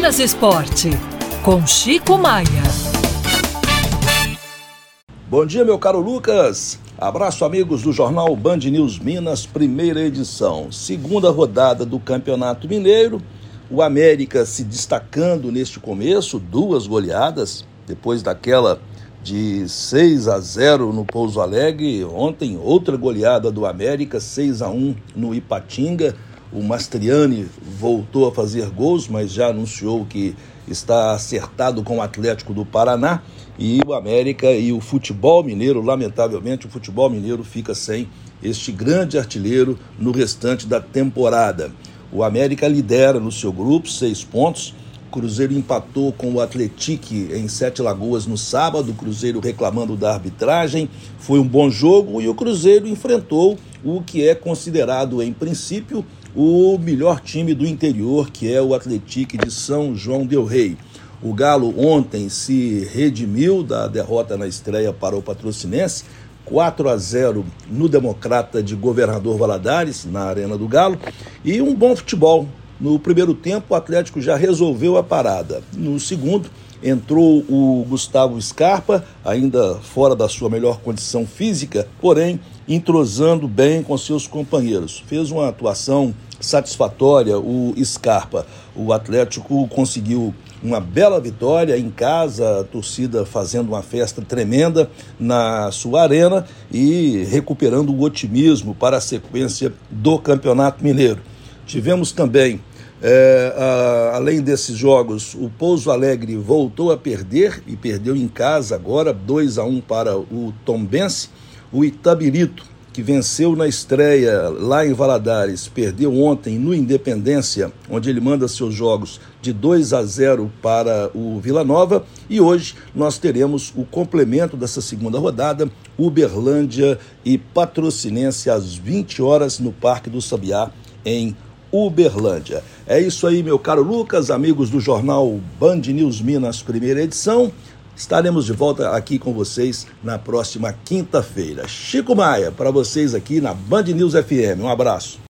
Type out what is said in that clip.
Minas Esporte, com Chico Maia. Bom dia, meu caro Lucas. Abraço, amigos do jornal Band News Minas, primeira edição. Segunda rodada do Campeonato Mineiro. O América se destacando neste começo, 2 goleadas, depois daquela de 6-0 no Pouso Alegre. Ontem, outra goleada do América, 6-1 no Ipatinga. O Mastriani voltou a fazer gols, mas já anunciou que está acertado com o Atlético do Paraná. E o América e o futebol mineiro, lamentavelmente, o futebol mineiro fica sem este grande artilheiro no restante da temporada. O América lidera no seu grupo, 6 pontos. O Cruzeiro empatou com o Atlético em Sete Lagoas no sábado, o Cruzeiro reclamando da arbitragem. Foi um bom jogo e o Cruzeiro enfrentou o que é considerado, em princípio, o melhor time do interior, que é o Atlético de São João del Rei. O Galo ontem se redimiu da derrota na estreia para o Patrocinense, 4-0 no Democrata de Governador Valadares, na Arena do Galo, e um bom futebol. No primeiro tempo, o Atlético já resolveu a parada. No segundo, entrou o Gustavo Scarpa, ainda fora da sua melhor condição física, porém entrosando bem com seus companheiros. Fez uma atuação satisfatória o Scarpa. O Atlético conseguiu uma bela vitória em casa, a torcida fazendo uma festa tremenda na sua arena e recuperando o otimismo para a sequência do Campeonato Mineiro. Tivemos também, além desses jogos, o Pouso Alegre voltou a perder e perdeu em casa agora, 2-1 para o Tombense. O Itabirito, que venceu na estreia lá em Valadares, perdeu ontem no Independência, onde ele manda seus jogos, de 2-0 para o Vila Nova. E hoje nós teremos o complemento dessa segunda rodada, Uberlândia e Patrocinense, às 20 horas no Parque do Sabiá, em Uberlândia. É isso aí, meu caro Lucas, amigos do jornal Band News Minas, primeira edição. Estaremos de volta aqui com vocês na próxima quinta-feira. Chico Maia, para vocês aqui na Band News FM. Um abraço.